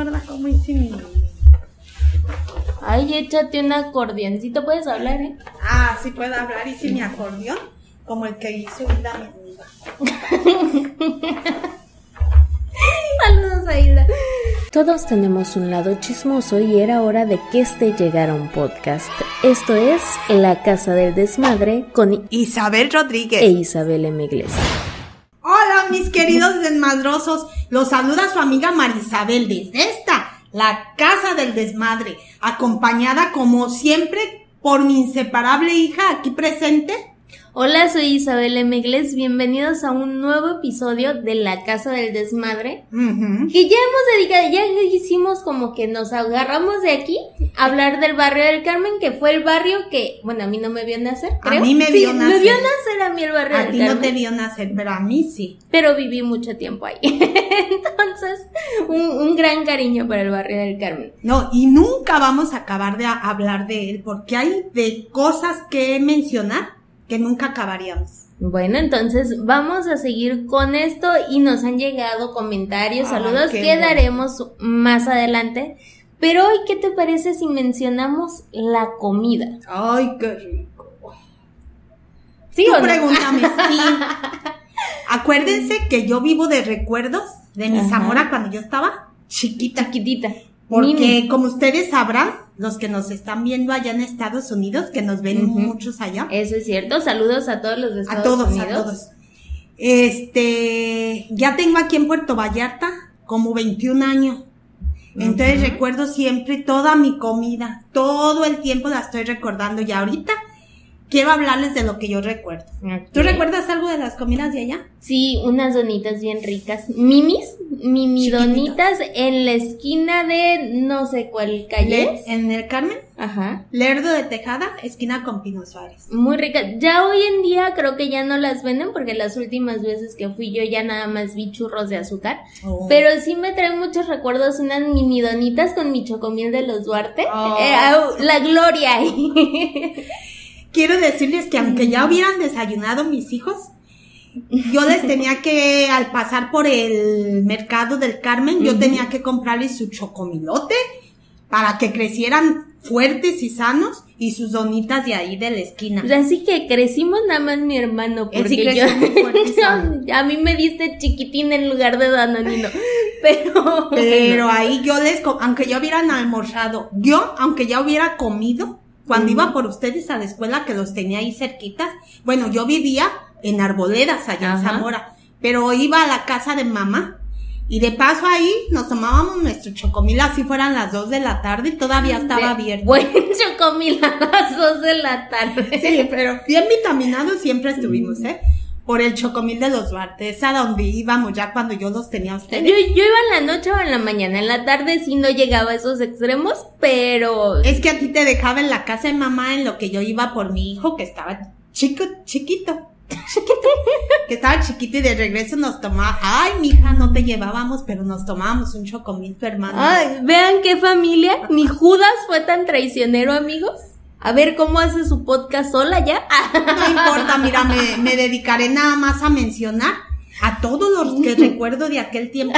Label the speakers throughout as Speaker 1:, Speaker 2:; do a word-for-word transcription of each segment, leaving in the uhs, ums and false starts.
Speaker 1: ¿verdad? ¿Cómo hice mi...?
Speaker 2: Ay, échate un acordeoncito, ¿puedes hablar, eh?
Speaker 1: Ah, sí puedo hablar, hice mi acordeón, como el que hizo Hilda, mi amiga.
Speaker 2: Saludos a Hilda. Todos tenemos un lado chismoso y era hora de que este llegara a un podcast. Esto es La Casa del Desmadre con
Speaker 1: Isabel Rodríguez
Speaker 2: e Isabel M. Iglesias.
Speaker 1: Hola, mis queridos desmadrosos. Los saluda su amiga Marisabel desde esta, La Casa del Desmadre, acompañada como siempre por mi inseparable hija aquí presente.
Speaker 2: Hola, soy Isabel M. Iglesias, bienvenidos a un nuevo episodio de La Casa del Desmadre, uh-huh. que ya hemos dedicado, ya hicimos como que nos agarramos de aquí a hablar del barrio del Carmen, que fue el barrio que, bueno, a mí no me vio nacer, creo.
Speaker 1: A mí me vio
Speaker 2: sí,
Speaker 1: nacer.
Speaker 2: me vio nacer a mí el barrio
Speaker 1: a
Speaker 2: del Carmen.
Speaker 1: A ti no te vio nacer, pero a mí sí.
Speaker 2: Pero viví mucho tiempo ahí, entonces, un, un gran cariño para el barrio del Carmen.
Speaker 1: No, y nunca vamos a acabar de a- hablar de él, porque hay de cosas que mencionar que nunca acabaríamos.
Speaker 2: Bueno, entonces vamos a seguir con esto y nos han llegado comentarios,
Speaker 1: Ay,
Speaker 2: saludos que bueno. daremos más adelante. Pero hoy, ¿qué te parece si mencionamos la comida?
Speaker 1: Ay, qué rico.
Speaker 2: ¿Sí
Speaker 1: Tú
Speaker 2: o no?
Speaker 1: pregúntame, sí. Acuérdense que yo vivo de recuerdos de mi Ajá. Zamora cuando yo estaba chiquita.
Speaker 2: Chiquitita.
Speaker 1: Porque,
Speaker 2: Mini.
Speaker 1: como ustedes sabrán, los que nos están viendo allá en Estados Unidos, que nos ven uh-huh. muchos allá.
Speaker 2: Eso es cierto. Saludos a todos los de Estados
Speaker 1: a todos,
Speaker 2: Unidos.
Speaker 1: A todos, Este, ya tengo aquí en Puerto Vallarta como veintiún años. Entonces uh-huh. recuerdo siempre toda mi comida. Todo el tiempo la estoy recordando. Y ahorita quiero hablarles de lo que yo recuerdo. Okay. ¿Tú recuerdas algo de las comidas de allá?
Speaker 2: Sí, unas donitas bien ricas. Mimis, mimi donitas en la esquina de no sé cuál calle.
Speaker 1: Le- en el Carmen.
Speaker 2: Ajá.
Speaker 1: Lerdo de Tejada, esquina con Pino Suárez.
Speaker 2: Muy ricas. Ya hoy en día creo que ya no las venden porque las últimas veces que fui yo ya nada más vi churros de azúcar. Oh. Pero sí me traen muchos recuerdos unas mini donitas con mi chocomil de los Duarte. Oh. Eh, la gloria ahí.
Speaker 1: Quiero decirles que aunque ya hubieran desayunado mis hijos, yo les tenía que, al pasar por el mercado del Carmen, uh-huh. yo tenía que comprarles su chocomilote para que crecieran fuertes y sanos y sus donitas de ahí de la esquina.
Speaker 2: Pues así que crecimos nada más mi hermano, porque
Speaker 1: sí
Speaker 2: yo, yo a mí me diste chiquitín en lugar de danonino, pero...
Speaker 1: Pero ahí yo les, aunque ya hubieran almorzado, yo, aunque ya hubiera comido, cuando uh-huh. iba por ustedes a la escuela, que los tenía ahí cerquitas, bueno, yo vivía en Arboledas, allá Ajá. en Zamora, pero iba a la casa de mamá, y de paso ahí nos tomábamos nuestro chocomil, así fueran las dos de la tarde, y todavía estaba de abierto.
Speaker 2: Buen chocomil a las dos de la tarde.
Speaker 1: Sí, pero bien vitaminados siempre estuvimos, ¿eh? Por el chocomil de los Duarte, es a donde íbamos ya cuando yo los tenía a ustedes.
Speaker 2: Yo, yo iba en la noche o en la mañana, en la tarde sí no llegaba a esos extremos, pero...
Speaker 1: Es que a ti te dejaba en la casa de mamá en lo que yo iba por mi hijo, que estaba chico, chiquito, chiquito, que estaba chiquito y de regreso nos tomaba, ay, mija, no te llevábamos, pero nos tomábamos un chocomil, tu hermano.
Speaker 2: Ay, vean qué familia, ni Judas fue tan traicionero, amigos. A ver cómo hace su podcast sola ya.
Speaker 1: No importa, mira, me, me dedicaré nada más a mencionar a todos los que recuerdo de aquel tiempo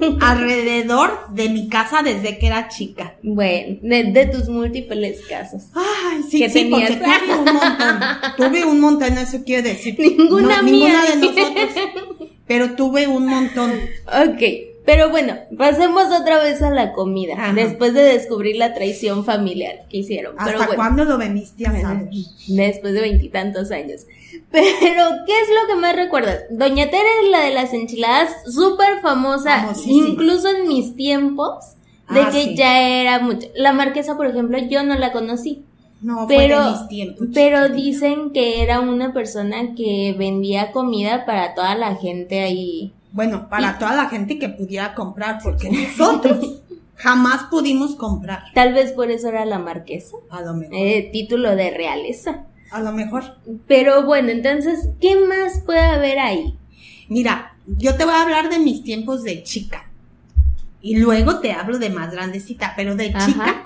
Speaker 1: alrededor de mi casa desde que era chica.
Speaker 2: Bueno, de, de tus múltiples casos.
Speaker 1: Ay, sí,
Speaker 2: ¿Qué
Speaker 1: sí,
Speaker 2: tenías?
Speaker 1: porque tuve un montón. Tuve un montón, eso quiere decir.
Speaker 2: Ninguna
Speaker 1: no,
Speaker 2: mía.
Speaker 1: Ninguna de nosotros. Pero tuve un montón.
Speaker 2: Ok. Pero bueno, pasemos otra vez a la comida, Ajá. después de descubrir la traición familiar que hicieron.
Speaker 1: ¿Hasta
Speaker 2: Pero bueno,
Speaker 1: cuándo lo veniste a saber?
Speaker 2: Después de veintitantos años. Pero, ¿qué es lo que más recuerdas? Doña Tere es la de las enchiladas, súper famosa, incluso en mis tiempos, de ah, que sí. ya era mucho. La Marquesa, por ejemplo, yo no la conocí.
Speaker 1: No,
Speaker 2: pero,
Speaker 1: fue de mis tiempos.
Speaker 2: Pero dicen que era una persona que vendía comida para toda la gente ahí.
Speaker 1: Bueno, para y, toda la gente que pudiera comprar, porque nosotros jamás pudimos comprar.
Speaker 2: Tal vez por eso era la Marquesa.
Speaker 1: A lo mejor.
Speaker 2: Eh, título de realeza.
Speaker 1: A lo mejor.
Speaker 2: Pero bueno, entonces, ¿qué más puede haber ahí?
Speaker 1: Mira, yo te voy a hablar de mis tiempos de chica. Y luego te hablo de más grandecita, pero de Ajá. chica,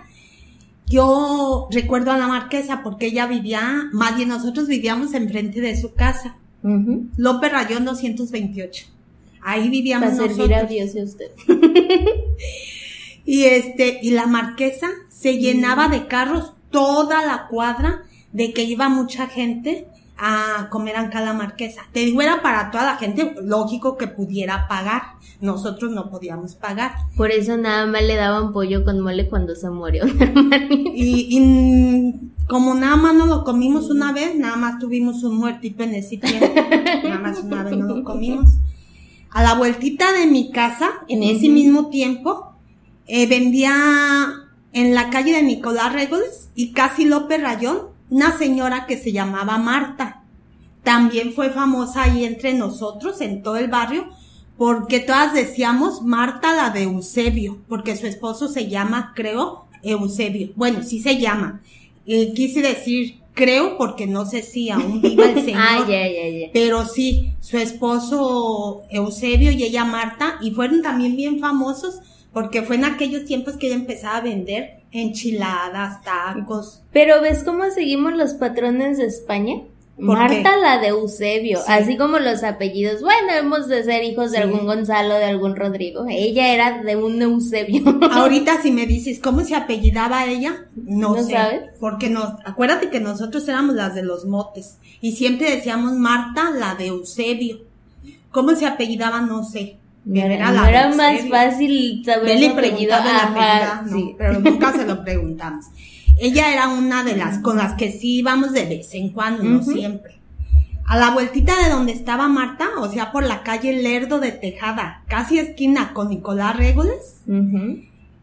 Speaker 1: yo recuerdo a la Marquesa porque ella vivía, más bien nosotros vivíamos enfrente de su casa. Uh-huh. López Rayón doscientos veintiocho. Ahí vivíamos
Speaker 2: Para
Speaker 1: nosotros.
Speaker 2: servir a Dios y a usted.
Speaker 1: Y este, y la Marquesa se llenaba de carros toda la cuadra, de que iba mucha gente a comer acá a la Marquesa. Te digo, era para toda la gente, lógico que pudiera pagar. Nosotros no podíamos pagar.
Speaker 2: Por eso nada más le daban pollo con mole cuando se murió un hermanito.
Speaker 1: Y, y como nada más no lo comimos una vez, nada más tuvimos un muertito en ese tiempo. Nada más una vez no lo comimos. A la vueltita de mi casa, en ese mismo tiempo, eh, vendía en la calle de Nicolás Régoles y casi López Rayón, una señora que se llamaba Marta. También fue famosa ahí entre nosotros, en todo el barrio, porque todas decíamos Marta la de Eusebio, porque su esposo se llama, creo, Eusebio. Bueno, sí se llama. Eh, quise decir creo porque no sé si aún viva el señor.
Speaker 2: Ah, ya, ya, ya.
Speaker 1: Pero sí, su esposo Eusebio y ella Marta, y fueron también bien famosos porque fue en aquellos tiempos que ella empezaba a vender enchiladas, tacos.
Speaker 2: Pero ¿ves cómo seguimos los patrones de España? Marta qué? La de Eusebio, sí. Así como los apellidos. Bueno, hemos de ser hijos de sí. algún Gonzalo, de algún Rodrigo. Ella era de un Eusebio.
Speaker 1: Ahorita si me dices cómo se apellidaba ella, no,
Speaker 2: ¿No
Speaker 1: sé.
Speaker 2: sabes?
Speaker 1: Porque nos, acuérdate que nosotros éramos las de los motes y siempre decíamos Marta la de Eusebio. ¿Cómo se apellidaba? No sé.
Speaker 2: Pero era, no era más fácil saber su apellido.
Speaker 1: Ajá, no, sí. Pero nunca se lo preguntamos. Ella era una de las con las que sí íbamos de vez en cuando, uh-huh. no siempre. A la vueltita de donde estaba Marta, o sea, por la calle Lerdo de Tejada, casi esquina con Nicolás Régoles, uh-huh.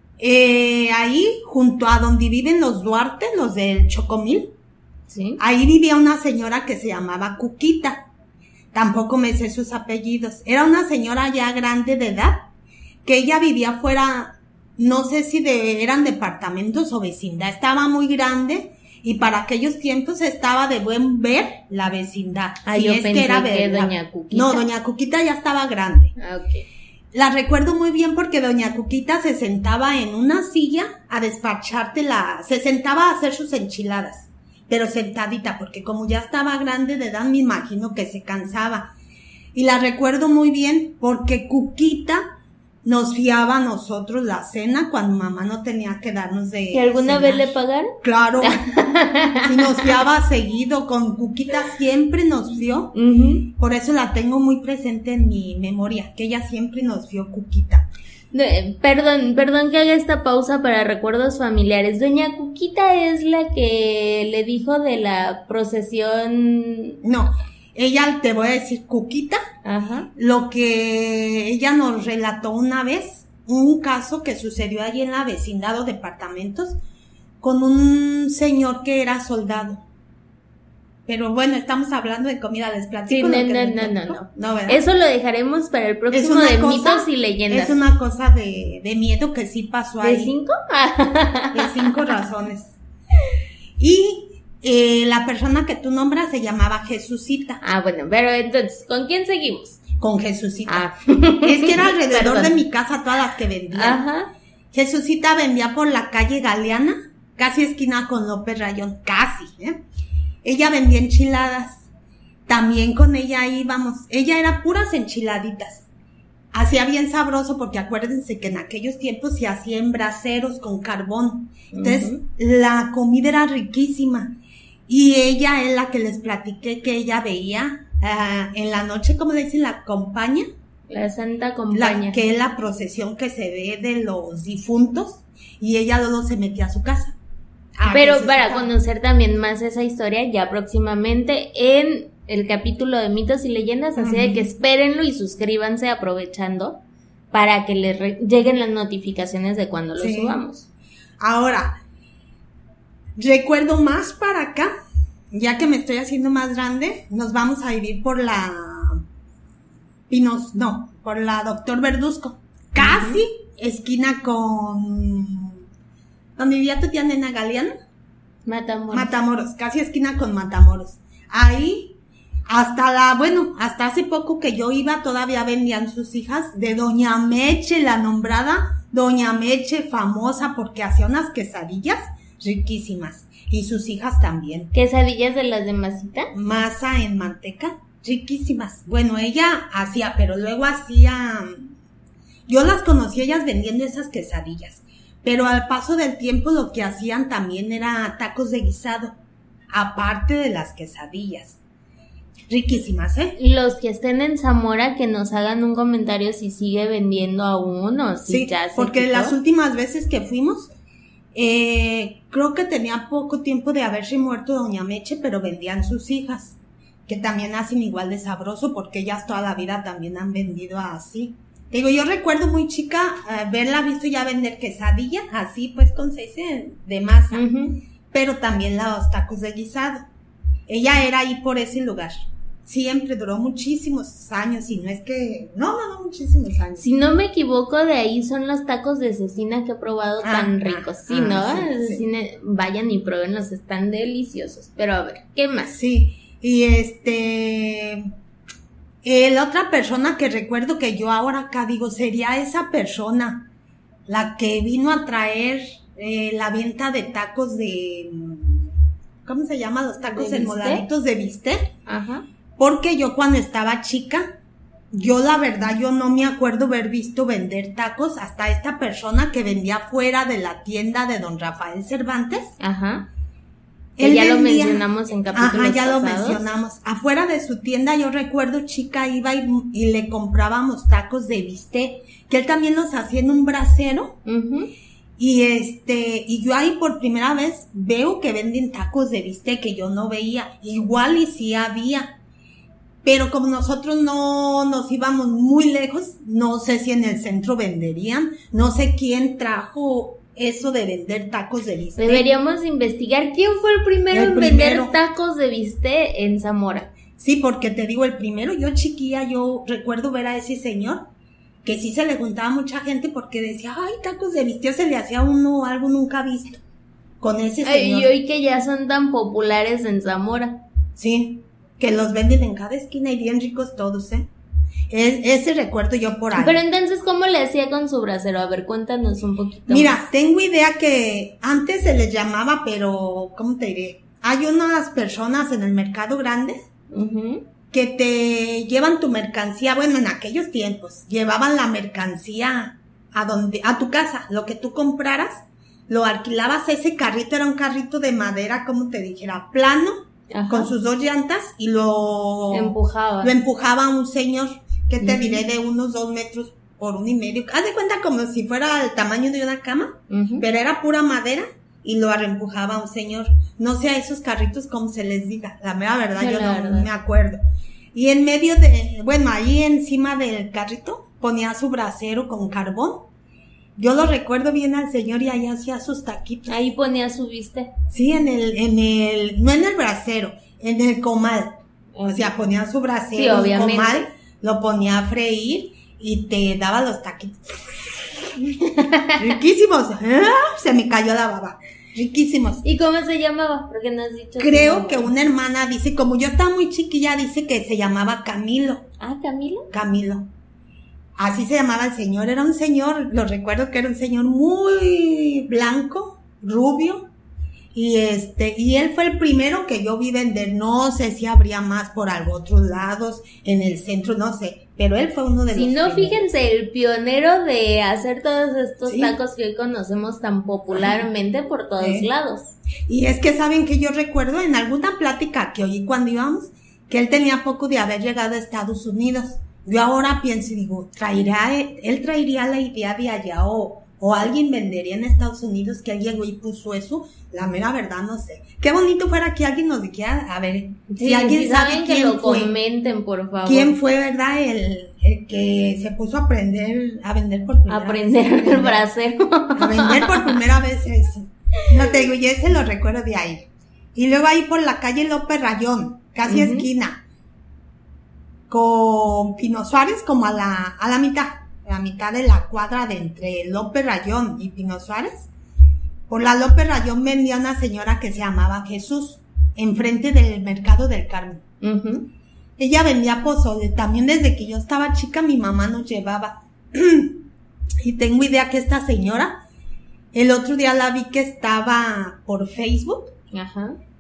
Speaker 1: eh, ahí, junto a donde viven los Duarte, los del Chocomil, ¿sí? Ahí vivía una señora que se llamaba Cuquita. Tampoco me sé sus apellidos. Era una señora ya grande de edad, que ella vivía fuera, no sé si de, eran departamentos o vecindad. Estaba muy grande y para aquellos tiempos estaba de buen ver la vecindad.
Speaker 2: Ah, si yo es pensé que era que doña Cuquita.
Speaker 1: No, doña Cuquita ya estaba grande.
Speaker 2: Ah, okay.
Speaker 1: La recuerdo muy bien porque doña Cuquita se sentaba en una silla a despacharte la, se sentaba a hacer sus enchiladas, pero sentadita, porque como ya estaba grande de edad, me imagino que se cansaba. Y la recuerdo muy bien porque Cuquita nos fiaba a nosotros la cena cuando mamá no tenía que darnos de
Speaker 2: ¿Y alguna
Speaker 1: cenar.
Speaker 2: vez le pagaron?
Speaker 1: Claro, sí nos fiaba seguido, con Cuquita siempre nos fió,
Speaker 2: uh-huh.
Speaker 1: Por eso la tengo muy presente en mi memoria, que ella siempre nos fió Cuquita.
Speaker 2: De, perdón, perdón que haga esta pausa para recuerdos familiares. Doña Cuquita es la que le dijo de la procesión.
Speaker 1: No, ella te voy a decir Cuquita.
Speaker 2: Ajá.
Speaker 1: Lo que ella nos relató una vez, un caso que sucedió allí en la vecindad o departamentos con un señor que era soldado. Pero bueno, estamos hablando de comida, les platico.
Speaker 2: Sí,
Speaker 1: lo
Speaker 2: no,
Speaker 1: que
Speaker 2: no, no, no, no.
Speaker 1: ¿verdad?
Speaker 2: Eso lo dejaremos para el próximo de cosa, mitos y leyendas.
Speaker 1: Es una cosa de, de miedo que sí pasó ahí.
Speaker 2: ¿De cinco?
Speaker 1: De cinco razones. Y eh, la persona que tú nombras se llamaba Jesucita.
Speaker 2: Ah, bueno, pero entonces, ¿con quién seguimos?
Speaker 1: Con Jesucita.
Speaker 2: Ah.
Speaker 1: Es que era alrededor de mi casa todas las que vendían.
Speaker 2: Ajá.
Speaker 1: Jesucita vendía por la calle Galeana, casi esquina con López Rayón, casi, ¿eh? Ella vendía enchiladas, también con ella íbamos, ella era puras enchiladitas, hacía bien sabroso porque acuérdense que en aquellos tiempos se hacía en braseros con carbón, entonces uh-huh. la comida era riquísima y ella es la que les platiqué que ella veía uh, en la noche, ¿cómo le dicen? La compañía.
Speaker 2: La Santa Compañía.
Speaker 1: La, que es la procesión que se ve de los difuntos y ella luego se metía a su casa.
Speaker 2: Ah, pero para está. Conocer también más esa historia ya próximamente en el capítulo de mitos y leyendas, así uh-huh. de que espérenlo y suscríbanse aprovechando para que les re- lleguen las notificaciones de cuando lo sí. subamos.
Speaker 1: Ahora, recuerdo más para acá, ya que me estoy haciendo más grande, nos vamos a vivir por la Pinos, no, por la Doctor Verduzco, casi uh-huh. esquina con ¿dónde vivía tu tía nena Galeano?
Speaker 2: Matamoros.
Speaker 1: Matamoros, casi esquina con Matamoros. Ahí, hasta la, bueno, hasta hace poco que yo iba, todavía vendían sus hijas de Doña Meche, la nombrada Doña Meche, famosa porque hacía unas quesadillas riquísimas. Y sus hijas también.
Speaker 2: ¿Quesadillas de las de masita?
Speaker 1: Masa en manteca, riquísimas. Bueno, ella hacía, pero luego hacía Yo las conocí ellas vendiendo esas quesadillas, pero al paso del tiempo lo que hacían también era tacos de guisado, aparte de las quesadillas. Riquísimas, ¿eh?
Speaker 2: Los que estén en Zamora, que nos hagan un comentario si sigue vendiendo aún o si
Speaker 1: sí,
Speaker 2: ya se
Speaker 1: porque
Speaker 2: quitó.
Speaker 1: Las últimas veces que fuimos, eh, creo que tenía poco tiempo de haberse muerto Doña Meche, pero vendían sus hijas, que también hacen igual de sabroso, porque ellas toda la vida también han vendido así. Te digo, yo recuerdo muy chica eh, verla visto ya vender quesadilla, así pues con seis de masa, uh-huh. pero también los tacos de guisado. Ella era ahí por ese lugar. Siempre duró muchísimos años, y no es que, no, no, no, muchísimos años.
Speaker 2: Si no me equivoco, de ahí son los tacos de cecina que he probado ah, tan ricos, ¿sí, ah, no? Sí, cecina, sí. Vayan y pruébenlos, están deliciosos. Pero a ver, ¿qué más?
Speaker 1: Sí, y este, eh, la otra persona que recuerdo que yo ahora acá digo, sería esa persona, la que vino a traer eh, la venta de tacos de, ¿cómo se llama? Los tacos enmoladitos de bistec.
Speaker 2: Ajá.
Speaker 1: Porque yo cuando estaba chica, yo la verdad, yo no me acuerdo haber visto vender tacos hasta esta persona que vendía fuera de la tienda de don Rafael Cervantes.
Speaker 2: Ajá. Que ya vendía, lo mencionamos en capítulos
Speaker 1: Ajá, ya
Speaker 2: pasados.
Speaker 1: lo mencionamos. Afuera de su tienda, yo recuerdo, chica, iba y, y le comprábamos tacos de bistec, que él también los hacía en un brasero.
Speaker 2: Uh-huh.
Speaker 1: Y este, y yo ahí por primera vez veo que venden tacos de bistec que yo no veía. Igual y sí había. Pero como nosotros no nos íbamos muy lejos, no sé si en el centro venderían, no sé quién trajo eso de vender tacos de bistec.
Speaker 2: Deberíamos investigar quién fue el primero
Speaker 1: el
Speaker 2: en
Speaker 1: primero.
Speaker 2: vender tacos de bistec en Zamora.
Speaker 1: Sí, porque te digo, el primero, yo chiquilla, yo recuerdo ver a ese señor, que sí se le juntaba mucha gente porque decía, ay, tacos de bistec, se le hacía a uno algo nunca visto con ese señor.
Speaker 2: Ay, y hoy que ya son tan populares en Zamora.
Speaker 1: Sí. Que los venden en cada esquina y bien ricos todos, ¿eh? Es, ese recuerdo yo por ahí.
Speaker 2: Pero entonces, ¿cómo le hacía con su brasero? A ver, cuéntanos un poquito.
Speaker 1: Mira,
Speaker 2: más.
Speaker 1: tengo idea que antes se les llamaba, pero, ¿cómo te diré? Hay unas personas en el mercado grande
Speaker 2: uh-huh.
Speaker 1: que te llevan tu mercancía, bueno, en aquellos tiempos, llevaban la mercancía a donde, a tu casa, lo que tú compraras, lo alquilabas, ese carrito era un carrito de madera, como te dijera, plano, Ajá. con sus dos llantas, y lo
Speaker 2: empujaba.
Speaker 1: Lo empujaba un señor, que te uh-huh. diré, de unos dos metros por uno y medio. Haz de cuenta como si fuera el tamaño de una cama, uh-huh. pero era pura madera, y lo empujaba un señor. No sé a esos carritos cómo se les diga, la mera verdad, sí, yo no verdad. me acuerdo. Y en medio de, bueno, ahí encima del carrito, ponía su brasero con carbón. Yo lo recuerdo bien al señor y ahí hacía sus taquitos.
Speaker 2: Ahí ponía su bistec.
Speaker 1: Sí, en el, en el, no en el brasero, en el comal. O sea, ponía su brasero,
Speaker 2: sí,
Speaker 1: en el comal, lo ponía a freír y te daba los taquitos. Riquísimos. ¿Eh? Se me cayó la baba. Riquísimos.
Speaker 2: ¿Y cómo se llamaba? Porque no has dicho.
Speaker 1: Creo que una hermana dice, como yo estaba muy chiquilla, dice que se llamaba Camilo.
Speaker 2: Ah, ¿Camilo?
Speaker 1: Camilo. Así se llamaba el señor, era un señor, lo recuerdo que era un señor muy blanco, rubio, y este, y él fue el primero que yo vi vender, no sé si habría más por algo, otros lados, en el centro, no sé, pero él fue uno de
Speaker 2: si
Speaker 1: los
Speaker 2: Si no,
Speaker 1: primeros.
Speaker 2: Fíjense, el pionero de hacer todos estos sí. tacos que hoy conocemos tan popularmente Ajá. por todos sí. lados.
Speaker 1: Y es que saben que yo recuerdo en alguna plática que oí cuando íbamos, que él tenía poco de haber llegado a Estados Unidos. Yo ahora pienso y digo, ¿traerá, él traería la idea de allá o, o alguien vendería en Estados Unidos que él llegó y puso eso? La mera verdad no sé. Qué bonito fuera que alguien nos dijera, a ver,
Speaker 2: sí,
Speaker 1: si alguien
Speaker 2: si
Speaker 1: sabe
Speaker 2: saben
Speaker 1: quién
Speaker 2: que lo
Speaker 1: fue,
Speaker 2: comenten, por favor.
Speaker 1: ¿Quién fue, verdad, el, el que se puso a aprender, a vender por primera
Speaker 2: aprender
Speaker 1: vez?
Speaker 2: Aprender el brasero.
Speaker 1: A vender por primera vez eso. No te digo, yo ese lo recuerdo de ahí. Y luego ahí por la calle López Rayón, casi uh-huh. esquina, con Pino Suárez, como a la, a la mitad, a la mitad de la cuadra de entre López Rayón y Pino Suárez. Por la López Rayón vendía una señora que se llamaba Jesús, enfrente del Mercado del Carmen.
Speaker 2: Uh-huh.
Speaker 1: Ella vendía pozole, también desde que yo estaba chica mi mamá nos llevaba. Y tengo idea que esta señora, el otro día la vi que estaba por Facebook.
Speaker 2: Ajá.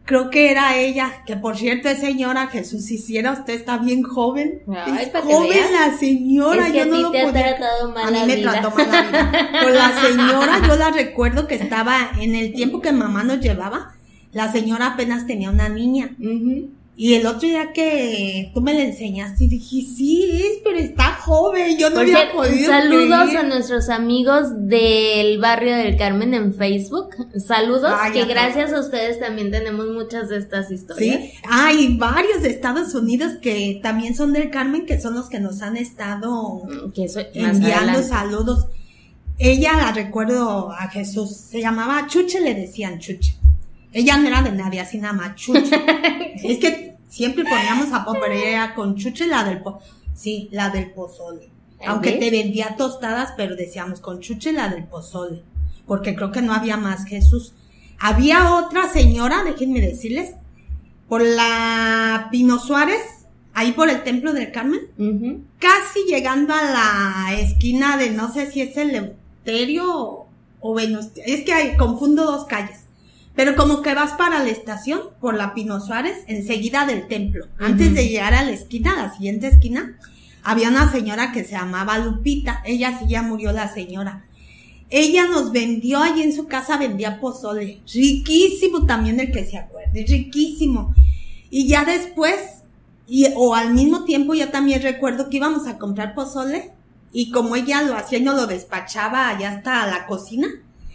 Speaker 1: creo que era ella, que por cierto es señora Jesús, hiciera usted está bien joven.
Speaker 2: Ay,
Speaker 1: es joven la señora,
Speaker 2: es que
Speaker 1: yo
Speaker 2: a
Speaker 1: no
Speaker 2: ti
Speaker 1: lo
Speaker 2: te
Speaker 1: podía.
Speaker 2: Ha tratado mal
Speaker 1: a mí
Speaker 2: la
Speaker 1: me
Speaker 2: vida.
Speaker 1: trató mal la vida. Pues la señora, yo la recuerdo que estaba en el tiempo que mamá nos llevaba, la señora apenas tenía una niña.
Speaker 2: Uh-huh.
Speaker 1: Y el otro día que tú me la enseñaste y dije, sí, es, pero está joven, yo no
Speaker 2: Por
Speaker 1: había
Speaker 2: cierto,
Speaker 1: podido
Speaker 2: saludos
Speaker 1: creer.
Speaker 2: a nuestros amigos del barrio del Carmen en Facebook. Saludos,
Speaker 1: Ay,
Speaker 2: que
Speaker 1: a
Speaker 2: gracias a ustedes también tenemos muchas de estas historias.
Speaker 1: Sí, hay varios de Estados Unidos que también son del Carmen, que son los que nos han estado
Speaker 2: Que eso, más
Speaker 1: enviando
Speaker 2: adelante.
Speaker 1: saludos. Ella la recuerdo a Jesús, se llamaba Chuche, le decían Chuche. Ella no era de nadie, así nada más, Chuche. Es que siempre poníamos a pero ella era con Chuche, la del po sí, la del pozole. Aunque
Speaker 2: ¿Ves?
Speaker 1: te vendía tostadas, pero decíamos con Chuche, la del pozole. Porque creo que no había más Jesús. Había otra señora, déjenme decirles, por la Pino Suárez, ahí por el Templo del Carmen,
Speaker 2: Uh-huh.
Speaker 1: casi llegando a la esquina de, no sé si es el Eleuterio o, o Venustiano, es que hay, confundo dos calles, pero como que vas para la estación, por la Pino Suárez, enseguida del templo, uh-huh. Antes de llegar a la esquina, a la siguiente esquina, había una señora que se llamaba Lupita, ella sí ya murió la señora. Ella nos vendió, allí en su casa vendía pozole, riquísimo también el que se acuerde, riquísimo. Y ya después, y, o al mismo tiempo, yo también recuerdo que íbamos a comprar pozole, y como ella lo hacía y nos lo despachaba allá hasta la cocina,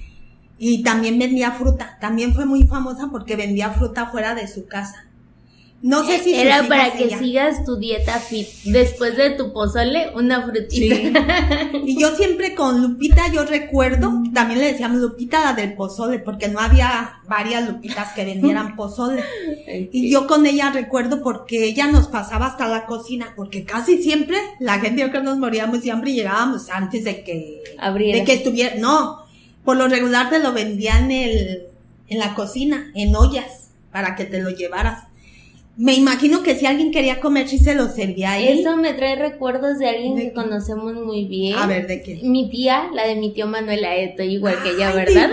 Speaker 1: y también vendía fruta, también fue muy famosa porque vendía fruta fuera de su casa. No sé si
Speaker 2: era
Speaker 1: sus
Speaker 2: para
Speaker 1: hijas,
Speaker 2: que
Speaker 1: ella.
Speaker 2: sigas tu dieta fit. Después de tu pozole, una frutita.
Speaker 1: Sí. Y yo siempre con Lupita, yo recuerdo, también le decíamos Lupita la del pozole, porque no había varias Lupitas que vendieran pozole.
Speaker 2: Okay.
Speaker 1: Y yo con ella recuerdo porque ella nos pasaba hasta la cocina, porque casi siempre la gente, yo creo que nos moríamos de hambre y llegábamos antes de que,
Speaker 2: Abriera.
Speaker 1: de que estuviera, no, por lo regular te lo vendían en, el, en la cocina, en ollas, para que te lo llevaras. Me imagino que si alguien quería comer, sí se lo servía ahí.
Speaker 2: Eso me trae recuerdos de alguien
Speaker 1: ¿De
Speaker 2: que
Speaker 1: qué?
Speaker 2: conocemos muy bien.
Speaker 1: A ver, ¿de qué?
Speaker 2: Mi tía, la de mi tío Manuela, estoy igual que ella,
Speaker 1: Ay,
Speaker 2: ¿verdad?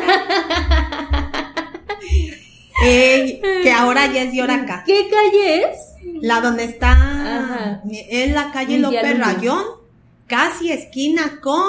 Speaker 1: eh, que ahora ya es de Oraca.
Speaker 2: ¿Qué calle es?
Speaker 1: La donde está,
Speaker 2: Ajá.
Speaker 1: es la calle
Speaker 2: Mi tía
Speaker 1: López
Speaker 2: Lulu.
Speaker 1: Rayón, casi esquina con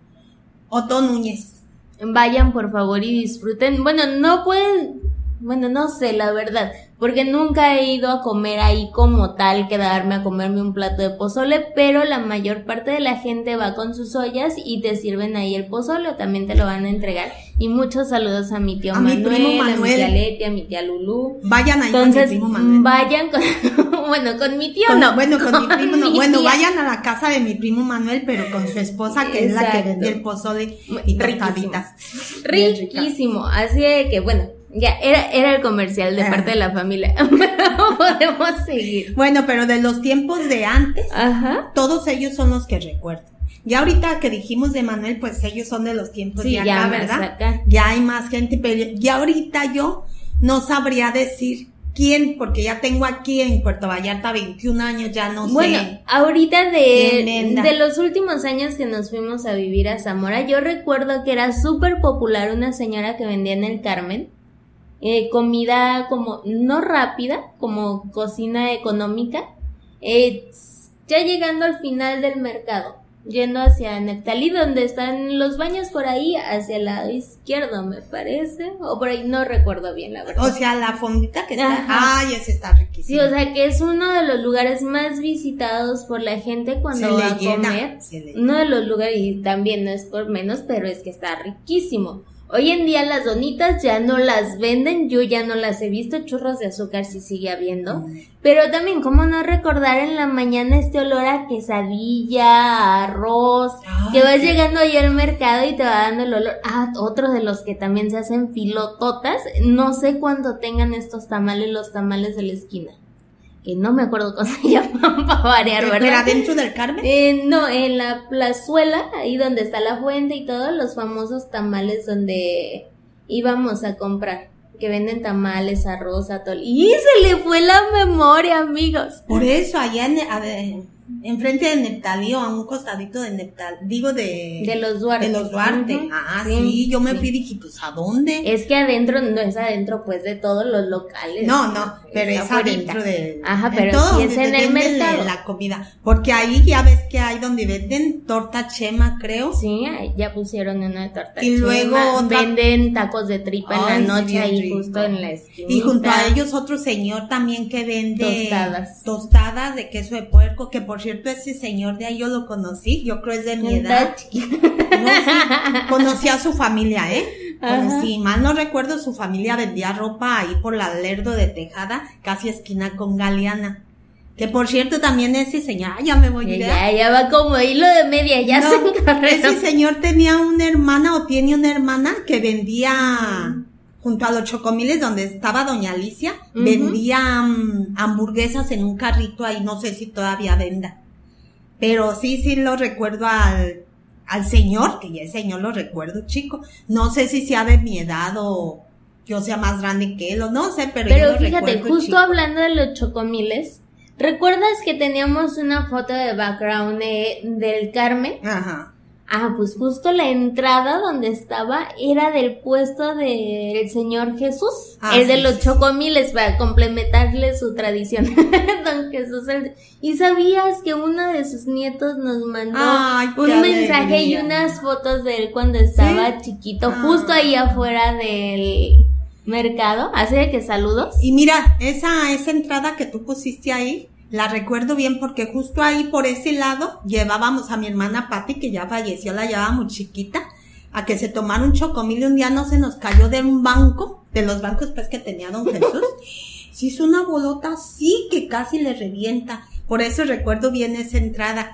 Speaker 1: Otto Núñez.
Speaker 2: Vayan por favor y disfruten. Bueno, no pueden, bueno, no sé la verdad, porque nunca he ido a comer ahí como tal, quedarme a comerme un plato de pozole, pero la mayor parte de la gente va con sus ollas y te sirven ahí el pozole o también te lo van a entregar. Y muchos saludos a mi tío
Speaker 1: A mi
Speaker 2: Manuel,
Speaker 1: primo
Speaker 2: a mi
Speaker 1: Manuel.
Speaker 2: tía Leti, a mi tía Lulú.
Speaker 1: Vayan ahí
Speaker 2: Entonces,
Speaker 1: con mi primo Manuel.
Speaker 2: vayan con, bueno, con mi tío
Speaker 1: Con-
Speaker 2: no.
Speaker 1: Bueno, con, mi primo no.
Speaker 2: mi
Speaker 1: Bueno,
Speaker 2: tía.
Speaker 1: vayan a la casa de mi primo Manuel, pero con su esposa, que es la que
Speaker 2: Exacto.
Speaker 1: vende el pozole y
Speaker 2: Riquísimo.
Speaker 1: tostaditas. Bien ricas.
Speaker 2: Riquísimo, así de que bueno, ya era, era el comercial de
Speaker 1: Ajá.
Speaker 2: parte de la familia, pero podemos seguir.
Speaker 1: Bueno, pero de los tiempos de antes,
Speaker 2: Ajá.
Speaker 1: todos ellos son los que recuerdo. Ya ahorita que dijimos de Manuel, pues ellos son de los tiempos
Speaker 2: Sí,
Speaker 1: de acá,
Speaker 2: ya más
Speaker 1: ¿verdad?
Speaker 2: acá.
Speaker 1: Ya hay más gente, pero ya ahorita yo no sabría decir quién, porque ya tengo aquí en Puerto Vallarta veintiún años, ya no
Speaker 2: Bueno,
Speaker 1: sé.
Speaker 2: ahorita
Speaker 1: quién
Speaker 2: de,
Speaker 1: venda.
Speaker 2: de los últimos años que nos fuimos a vivir a Zamora, yo recuerdo que era súper popular una señora que vendía en el Carmen, eh, comida como, no rápida, como cocina económica, eh, ya llegando al final del mercado, yendo hacia Neftalí, donde están los baños por ahí, hacia el lado izquierdo, me parece, o por ahí, no recuerdo bien, la verdad.
Speaker 1: O sea, la fondita que está,
Speaker 2: Ajá.
Speaker 1: ay, ese está riquísimo.
Speaker 2: Sí, o sea que es uno de los lugares más visitados por la gente cuando
Speaker 1: Se
Speaker 2: va
Speaker 1: le
Speaker 2: a
Speaker 1: llena,
Speaker 2: comer.
Speaker 1: se le llena.
Speaker 2: Uno de los lugares, y también no es por menos, pero es que está riquísimo. Hoy en día las donitas ya no las venden, yo ya no las he visto, churros de azúcar sí sigue habiendo,
Speaker 1: Mm.
Speaker 2: pero también cómo no recordar en la mañana este olor a quesadilla, a arroz,
Speaker 1: Ay,
Speaker 2: que vas
Speaker 1: qué-
Speaker 2: llegando ahí al mercado y te va dando el olor. Ah, otro de los que también se hacen filototas, no sé cuándo tengan estos tamales, los tamales de la esquina, que no me acuerdo cómo se llaman para variar,
Speaker 1: ¿Pero
Speaker 2: ¿verdad?
Speaker 1: adentro del Carmen?
Speaker 2: Eh, no, en la plazuela, ahí donde está la fuente y todo, los famosos tamales donde íbamos a comprar, que venden tamales, arroz, atol. ¡Y se le fue la memoria, amigos!
Speaker 1: Por eso, allá en, a ver, enfrente de Neptalí o a un costadito de Neptalí, digo de...
Speaker 2: De los Duarte.
Speaker 1: De los Duarte. Uh-huh. Ah, sí, sí, yo me sí. fui y dije, pues, ¿a dónde?
Speaker 2: Es que adentro, no es adentro, pues, de todos los locales.
Speaker 1: No, no, pero es, es adentro de...
Speaker 2: Ajá, pero todo, sí es en el mercado.
Speaker 1: La comida, porque ahí ya ves que hay donde venden torta chema, creo.
Speaker 2: Sí, ya pusieron una de torta
Speaker 1: y
Speaker 2: chema.
Speaker 1: Luego otra...
Speaker 2: venden tacos de tripa en Ay, la noche sí, ahí rico. Justo en la esquina.
Speaker 1: Y junto a ellos otro señor también que vende...
Speaker 2: Tostadas.
Speaker 1: Tostadas de queso de puerco, que por cierto ese señor de ahí yo lo conocí, yo creo es de mi edad. No, sí, conocí a su familia, ¿eh? Si mal no recuerdo, su familia vendía ropa ahí por la Lerdo de Tejada, casi esquina con Galeana. Que por cierto también ese señor, ah, ya me voy a ir.
Speaker 2: Ya, ya va como hilo de media, ya
Speaker 1: no,
Speaker 2: se encarreró.
Speaker 1: Ese señor tenía una hermana o tiene una hermana que vendía... junto a los Chocomiles donde estaba doña Alicia, uh-huh. vendía um, hamburguesas en un carrito ahí, no sé si todavía venda. Pero sí, sí lo recuerdo al, al señor, que ya el señor lo recuerdo, chico. No sé si sea de mi edad o yo sea más grande que él o no sé, pero,
Speaker 2: pero
Speaker 1: yo lo
Speaker 2: fíjate,
Speaker 1: recuerdo,
Speaker 2: justo
Speaker 1: chico.
Speaker 2: Hablando de los Chocomiles, ¿recuerdas que teníamos una foto de background de, del Carmen?
Speaker 1: Ajá.
Speaker 2: Ah, pues justo la entrada donde estaba era del puesto del Señor Jesús, ah, el de sí, los sí. Chocomiles, para complementarle su tradición. Don Jesús. El... ¿Y sabías que uno de sus nietos nos mandó
Speaker 1: Ay,
Speaker 2: un mensaje alegría. Y unas fotos de él cuando estaba ¿Sí? chiquito, ah. justo ahí afuera del mercado? Así de que saludos.
Speaker 1: Y mira, esa, esa entrada que tú pusiste ahí, la recuerdo bien porque justo ahí por ese lado llevábamos a mi hermana Pati, que ya falleció, la llevábamos chiquita, a que se tomara un chocomil y un día no se nos cayó de un banco, de los bancos pues que tenía don Jesús. Se hizo una bolota así que casi le revienta. Por eso recuerdo bien esa entrada.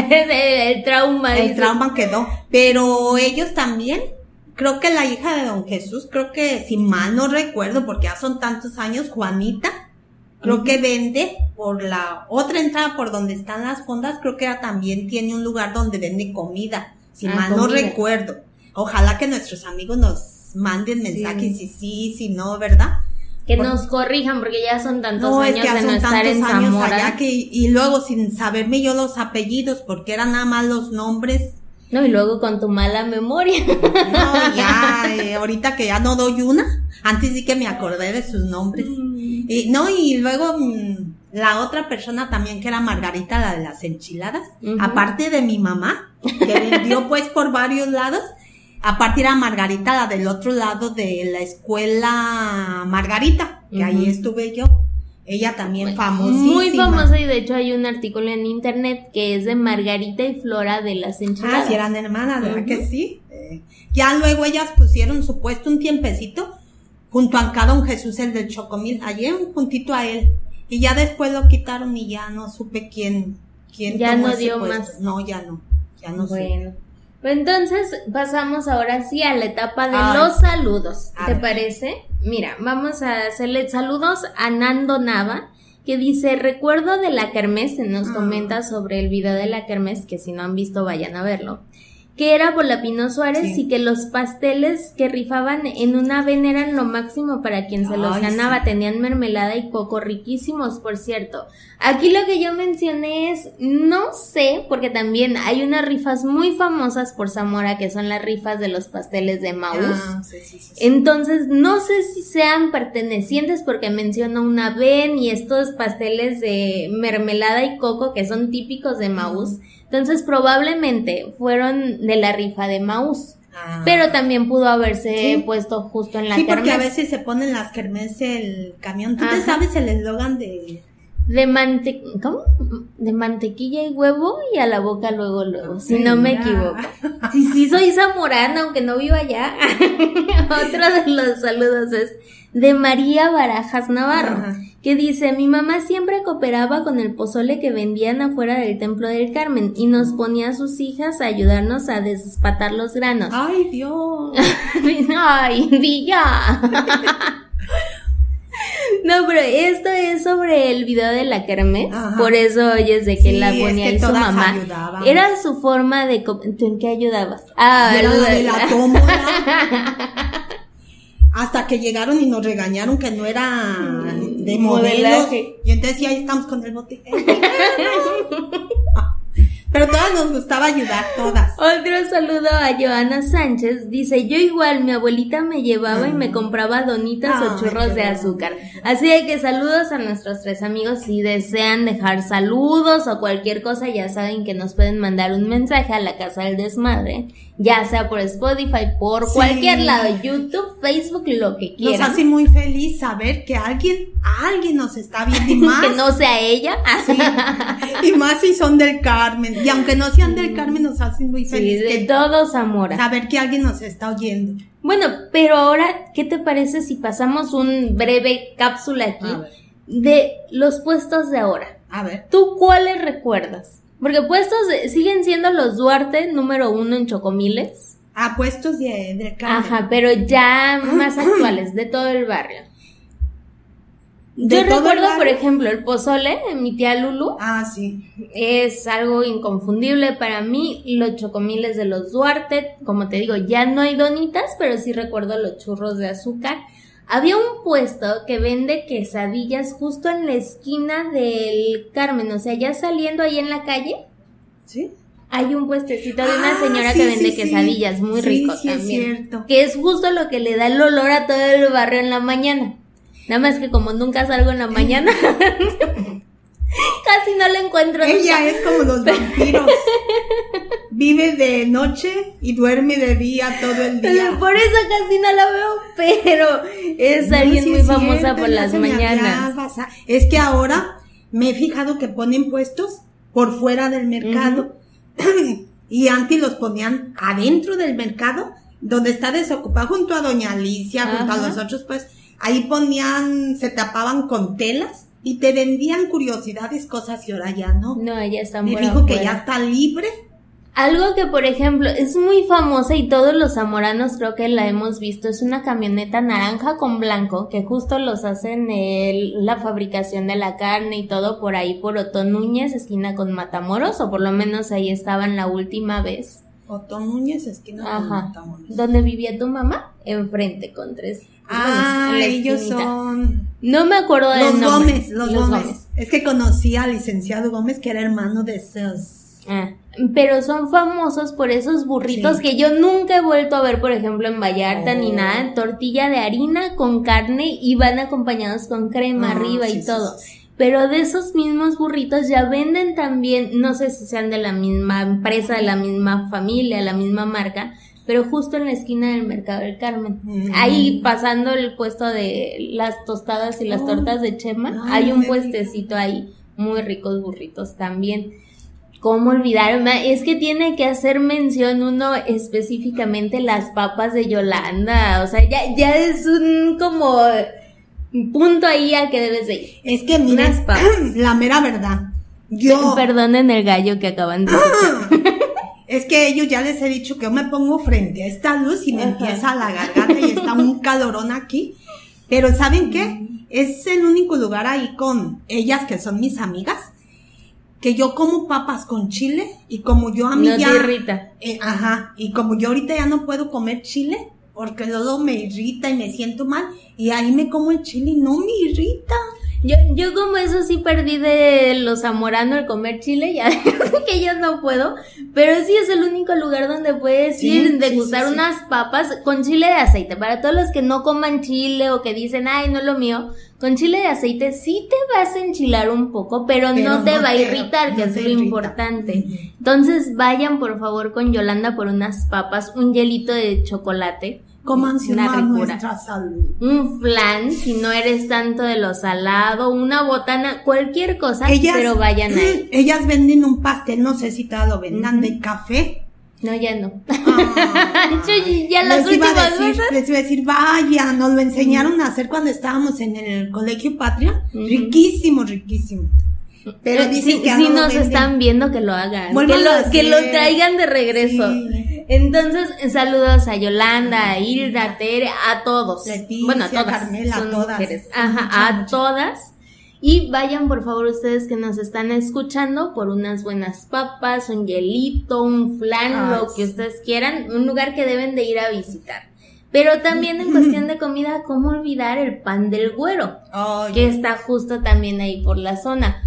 Speaker 2: El trauma.
Speaker 1: El trauma quedó. Pero ellos también, creo que la hija de don Jesús, creo que si mal no recuerdo, porque ya son tantos años, Juanita, creo uh-huh. que vende por la otra entrada por donde están las fondas, creo que ella también tiene un lugar donde vende comida, si ah, mal comida. No recuerdo. Ojalá que nuestros amigos nos manden mensajes, sí. si sí, si no, ¿verdad?
Speaker 2: Que
Speaker 1: Por...
Speaker 2: nos corrijan, porque ya son tantos
Speaker 1: no,
Speaker 2: años
Speaker 1: es que ya
Speaker 2: de
Speaker 1: son
Speaker 2: no estar en
Speaker 1: años
Speaker 2: Zamora.
Speaker 1: Allá que, y luego sin saberme yo los apellidos, porque eran nada más los nombres.
Speaker 2: No, y luego con tu mala memoria.
Speaker 1: No, ya, eh, ahorita que ya no doy una, antes sí que me acordé de sus nombres. Mm. Y, no, y luego mmm, la otra persona también que era Margarita, la de las enchiladas, uh-huh. aparte de mi mamá, que vendió pues por varios lados, aparte era Margarita, la del otro lado de la escuela Margarita, que uh-huh. ahí estuve yo. Ella también famosísima.
Speaker 2: Muy famosa, y de hecho hay un artículo en internet que es de Margarita y Flora de las enchiladas.
Speaker 1: Ah, sí eran hermanas, ¿verdad uh-huh. que sí? Eh, ya luego ellas pusieron su puesto un tiempecito junto a acá don Jesús, el del Chocomil, allí juntito a él. Y ya después lo quitaron y ya no supe quién, quién
Speaker 2: ya
Speaker 1: tomó
Speaker 2: no
Speaker 1: ese
Speaker 2: dio
Speaker 1: puesto.
Speaker 2: más.
Speaker 1: No, ya no, ya no
Speaker 2: bueno.
Speaker 1: supe.
Speaker 2: Entonces pasamos ahora sí a la etapa de
Speaker 1: Ay.
Speaker 2: los saludos, ¿te
Speaker 1: ver.
Speaker 2: parece? Mira, vamos a hacerle saludos a Nando Nava, que dice, recuerdo de la kermés, nos ah. comenta sobre el video de la kermés, que si no han visto vayan a verlo, que era por la Pino Suárez, sí. y que los pasteles que rifaban en una avena eran lo máximo para quien se los
Speaker 1: Ay,
Speaker 2: ganaba,
Speaker 1: sí.
Speaker 2: tenían mermelada y coco riquísimos, por cierto. Aquí lo que yo mencioné es, no sé, porque también hay unas rifas muy famosas por Zamora, que son las rifas de los pasteles de Maús.
Speaker 1: Ah, sí, sí, sí, sí.
Speaker 2: Entonces, no sé si sean pertenecientes, porque menciono una ven y estos pasteles de mermelada y coco que son típicos de Maús. Entonces, probablemente fueron de la rifa de Maús. Ah. Pero también pudo haberse sí. puesto justo en la
Speaker 1: kermés. Sí, porque
Speaker 2: kermés.
Speaker 1: a veces se pone en las kermés el camión. ¿Tú
Speaker 2: Ajá.
Speaker 1: te sabes el eslogan de...?
Speaker 2: De mante... ¿Cómo? De mantequilla y huevo y a la boca luego, luego. Si no me equivoco. Sí, sí, soy zamorana, aunque no vivo allá. Otro de los saludos es de María Barajas Navarro. Ajá. Que dice, mi mamá siempre cooperaba con el pozole que vendían afuera del Templo del Carmen y nos ponía a sus hijas a ayudarnos a despatar los granos.
Speaker 1: ¡Ay, Dios!
Speaker 2: ¡Ay, Villa! No, pero esto es sobre el video de la kermés, Ajá. por eso oyes de que sí, la ponía
Speaker 1: es que
Speaker 2: ahí su mamá.
Speaker 1: Ayudaban.
Speaker 2: Era su forma de... Co- ¿Tú en qué ayudabas? Ah,
Speaker 1: de la, de la tómbola. Hasta que llegaron y nos regañaron que no era de modelos. Y entonces ya estamos con el bote. Pero todas nos gustaba ayudar, todas.
Speaker 2: Otro saludo a Joana Sánchez. Dice, yo igual, mi abuelita me llevaba mm. y me compraba donitas oh, o churros de azúcar. Así de que saludos a nuestros tres amigos. Si desean dejar saludos o cualquier cosa, ya saben que nos pueden mandar un mensaje a la Casa del Desmadre. Ya sea por Spotify, por sí. cualquier lado, YouTube, Facebook, lo que quieran.
Speaker 1: Nos hace muy feliz saber que alguien, alguien nos está viendo y más.
Speaker 2: Que no sea ella.
Speaker 1: Sí. Y más si son del Carmen. Y aunque no sean del Carmen, nos hacen muy feliz.
Speaker 2: Sí, de que todos, Zamora.
Speaker 1: Saber que alguien nos está oyendo.
Speaker 2: Bueno, pero ahora, ¿qué te parece si pasamos un breve cápsula aquí de los puestos de ahora?
Speaker 1: A ver.
Speaker 2: ¿Tú cuáles recuerdas? Porque puestos siguen siendo los Duarte número uno en Chocomiles.
Speaker 1: Ah, puestos de, de Carmen.
Speaker 2: Ajá, pero ya más actuales, de todo el barrio.
Speaker 1: De
Speaker 2: Yo recuerdo, por ejemplo, el pozole de mi tía Lulu.
Speaker 1: Ah, sí.
Speaker 2: Es algo inconfundible para mí. Los chocomiles de los Duarte, como te digo, ya no hay donitas, pero sí recuerdo los churros de azúcar. Había un puesto que vende quesadillas justo en la esquina del Carmen, o sea, ya saliendo ahí en la calle.
Speaker 1: ¿Sí?
Speaker 2: Hay un puestecito de una
Speaker 1: ah,
Speaker 2: señora
Speaker 1: sí,
Speaker 2: que vende
Speaker 1: sí,
Speaker 2: quesadillas,
Speaker 1: sí.
Speaker 2: muy
Speaker 1: sí,
Speaker 2: rico
Speaker 1: sí,
Speaker 2: también.
Speaker 1: Es cierto.
Speaker 2: Que es justo lo que le da el olor a todo el barrio en la mañana. Nada más que como nunca salgo en la mañana, casi no la encuentro.
Speaker 1: Ella
Speaker 2: nunca.
Speaker 1: Es como los vampiros. Vive de noche y duerme de día todo el día.
Speaker 2: Por eso casi no la veo, pero es no, alguien sí muy es famosa cierto, por las mañanas.
Speaker 1: Es que ahora me he fijado que ponen puestos por fuera del mercado. Uh-huh. Y antes los ponían adentro del mercado, donde está desocupado, junto a Doña Alicia, junto Ajá. a los otros, pues ahí ponían, se tapaban con telas y te vendían curiosidades, cosas, y ahora ya no.
Speaker 2: No, ya están
Speaker 1: Me fijo que ya está libre.
Speaker 2: Algo que, por ejemplo, es muy famosa y todos los zamoranos creo que la hemos visto, es una camioneta naranja con blanco que justo los hacen el, la fabricación de la carne y todo por ahí por Otto Núñez, esquina con Matamoros, o por lo menos ahí estaban la última vez.
Speaker 1: Otto Núñez, esquina Ajá. con Matamoros.
Speaker 2: ¿Dónde vivía tu mamá? Enfrente con tres.
Speaker 1: Ah, bueno, ellos son...
Speaker 2: No me acuerdo del
Speaker 1: los
Speaker 2: nombre.
Speaker 1: Gómez, los, los Gómez. Gómez. Es que conocí al licenciado Gómez, que era hermano de esos...
Speaker 2: Ah, pero son famosos por esos burritos sí. que yo nunca he vuelto a ver, por ejemplo, en Vallarta oh. ni nada. Tortilla de harina con carne y van acompañados con crema oh, arriba sí, y todo. Sí, sí. Pero de esos mismos burritos ya venden también, no sé si sean de la misma empresa, de la misma familia, la misma marca, pero justo en la esquina del Mercado del Carmen. Mm. Ahí pasando el puesto de las tostadas y las oh. tortas de Chema, no, hay un puestecito ahí, muy ricos burritos también. ¿Cómo olvidar? Es que tiene que hacer mención uno específicamente las papas de Yolanda, o sea, ya, ya es un como punto ahí al que debes de ir.
Speaker 1: Es que mira, la mera verdad, yo...
Speaker 2: Perdonen el gallo que acaban de escuchar.
Speaker 1: Es que ellos ya les he dicho que yo me pongo frente a esta luz y me Ajá. empieza la garganta y está un calorón aquí, pero ¿saben qué? Es el único lugar ahí con ellas que son mis amigas, que yo como papas con chile y como yo a mí
Speaker 2: no
Speaker 1: ya...
Speaker 2: te irrita.
Speaker 1: Eh, ajá, y como yo ahorita ya no puedo comer chile, porque luego me irrita y me siento mal, y ahí me como el chile y no me irrita.
Speaker 2: Yo, yo como eso sí perdí de los zamoranos el comer chile, ya que yo no puedo, pero sí es el único lugar donde puedes sí, ir, degustar sí, sí, unas sí. papas con chile de aceite. Para todos los que no coman chile o que dicen, ay, no es lo mío, con chile de aceite sí te vas a enchilar un poco, pero, pero no te no va a irritar, no que es lo irrita. Importante. Uh-huh. Entonces vayan por favor con Yolanda por unas papas, un hielito de chocolate.
Speaker 1: Cómanse una nuestra salud.
Speaker 2: Un flan, si no eres tanto de lo salado, una botana, cualquier cosa, ellas, pero vayan ahí.
Speaker 1: Ellas venden un pastel, no sé si todavía lo vendan, uh-huh. de café.
Speaker 2: No, ya no. Ah, Yo ya las
Speaker 1: les
Speaker 2: últimas
Speaker 1: iba a decir,
Speaker 2: veces.
Speaker 1: Les iba a decir, vaya, nos lo enseñaron uh-huh. a hacer cuando estábamos en el Colegio Patria. Uh-huh. Riquísimo, riquísimo. Pero dicen
Speaker 2: si,
Speaker 1: que
Speaker 2: si nos venden. Están viendo que lo hagan, que lo, que lo traigan de regreso. Sí. Entonces, saludos a Yolanda, a Hilda, a Tere, a todos.
Speaker 1: Leticia,
Speaker 2: bueno, a todas.
Speaker 1: Carmela, a todas.
Speaker 2: Mujeres. Ajá, a mucho. todas. Y vayan, por favor, ustedes que nos están escuchando, por unas buenas papas, un hielito, un flan, Ay, lo que ustedes quieran. Un lugar que deben de ir a visitar. Pero también en cuestión de comida, ¿cómo olvidar el pan del güero? Oh, que yeah. está justo también ahí por la zona.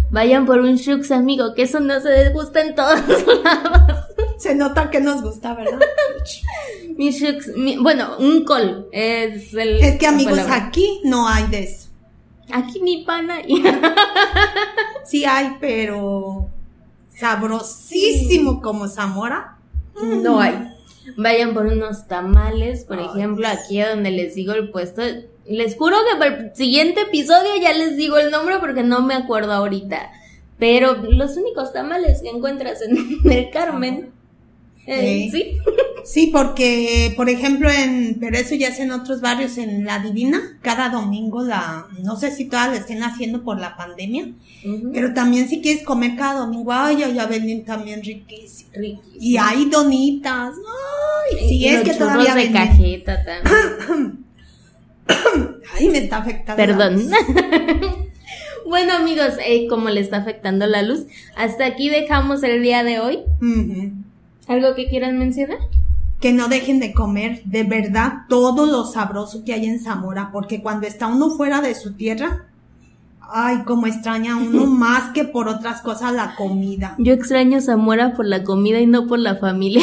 Speaker 2: Vayan por un Shux, amigo, que eso no se degusta en todos lados.
Speaker 1: Se nota que nos gusta, ¿verdad?
Speaker 2: Mi Shux, mi, bueno, un col es el...
Speaker 1: Es que, amigos, aquí no hay de eso.
Speaker 2: Aquí mi pana.
Speaker 1: Sí hay, pero sabrosísimo como Zamora,
Speaker 2: no hay. Vayan por unos tamales, por Ay, ejemplo, aquí donde les digo el puesto. Les juro que para el siguiente episodio ya les digo el nombre porque no me acuerdo ahorita. Pero los únicos tamales que encuentras en el Carmen. Eh, ¿Sí?
Speaker 1: Sí, porque, por ejemplo, en, pero eso ya es en otros barrios, en La Divina, cada domingo la, no sé si todas la estén haciendo por la pandemia, uh-huh. pero también si quieres comer cada domingo, ay, ya venden también riquísimo. riquísimo. Y hay donitas, ay, sí,
Speaker 2: y
Speaker 1: es que todavía
Speaker 2: de
Speaker 1: venden.
Speaker 2: Cajeta también.
Speaker 1: Ay, me está afectando.
Speaker 2: Perdón. Bueno, amigos, eh, como le está afectando la luz, hasta aquí dejamos el día de hoy. Uh-huh. ¿Algo que quieran mencionar?
Speaker 1: Que no dejen de comer, de verdad, todo lo sabroso que hay en Zamora, porque cuando está uno fuera de su tierra, ay, como extraña uno más que por otras cosas la comida.
Speaker 2: Yo extraño Zamora por la comida y no por la familia.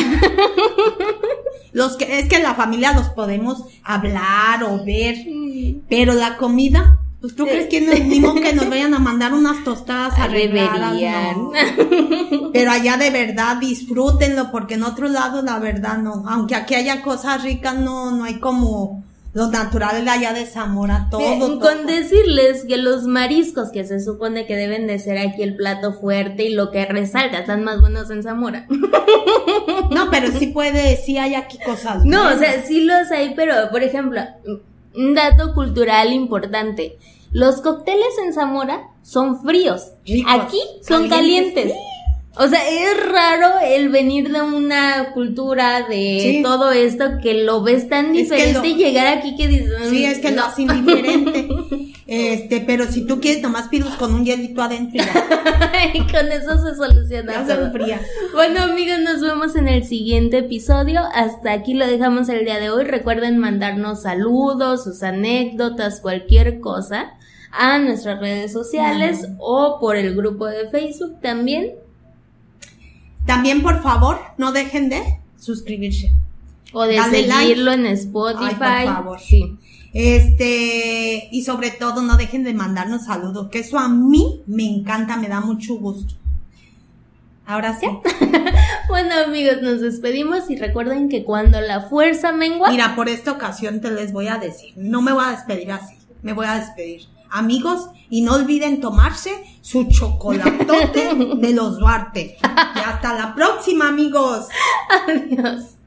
Speaker 1: Los que, es que la familia los podemos hablar o ver, pero la comida... Pues tú crees que no, ni modo que nos vayan a mandar unas tostadas arregladas, no. Pero allá de verdad disfrútenlo, porque en otro lado la verdad no, aunque aquí haya cosas ricas, no, no hay como lo natural de allá de Zamora, todo,
Speaker 2: Bien,
Speaker 1: todo.
Speaker 2: Con decirles que los mariscos, que se supone que deben de ser aquí el plato fuerte y lo que resalta, están más buenos en Zamora.
Speaker 1: No, pero sí puede, sí hay aquí cosas.
Speaker 2: No, buenas. O sea, sí los hay, pero por ejemplo, un dato cultural importante. Los cócteles en Zamora son fríos. Ricos, aquí son calientes. calientes. O sea, es raro el venir de una cultura de sí. todo esto que lo ves tan diferente lo, y llegar aquí que dices...
Speaker 1: Sí, es que no. lo hace indiferente. Este, pero si tú quieres, nomás pides con un hielito adentro y ya.
Speaker 2: Y con eso se soluciona.
Speaker 1: Ya se enfría.
Speaker 2: Bueno, amigos, nos vemos en el siguiente episodio. Hasta aquí lo dejamos el día de hoy. Recuerden mandarnos saludos, sus anécdotas, cualquier cosa a nuestras redes sociales no. o por el grupo de Facebook también.
Speaker 1: También, por favor, no dejen de suscribirse.
Speaker 2: O de Dale seguirlo like. En Spotify.
Speaker 1: Ay, por favor.
Speaker 2: Sí.
Speaker 1: Este, y sobre todo, no dejen de mandarnos saludos, que eso a mí me encanta, me da mucho gusto. Ahora sí.
Speaker 2: Bueno, amigos, nos despedimos y recuerden que cuando la fuerza mengua...
Speaker 1: Mira, por esta ocasión te les voy a decir, no me voy a despedir así, me voy a despedir. Amigos, y no olviden tomarse su chocolatote de los Duarte. Y hasta la próxima, amigos.
Speaker 2: Adiós.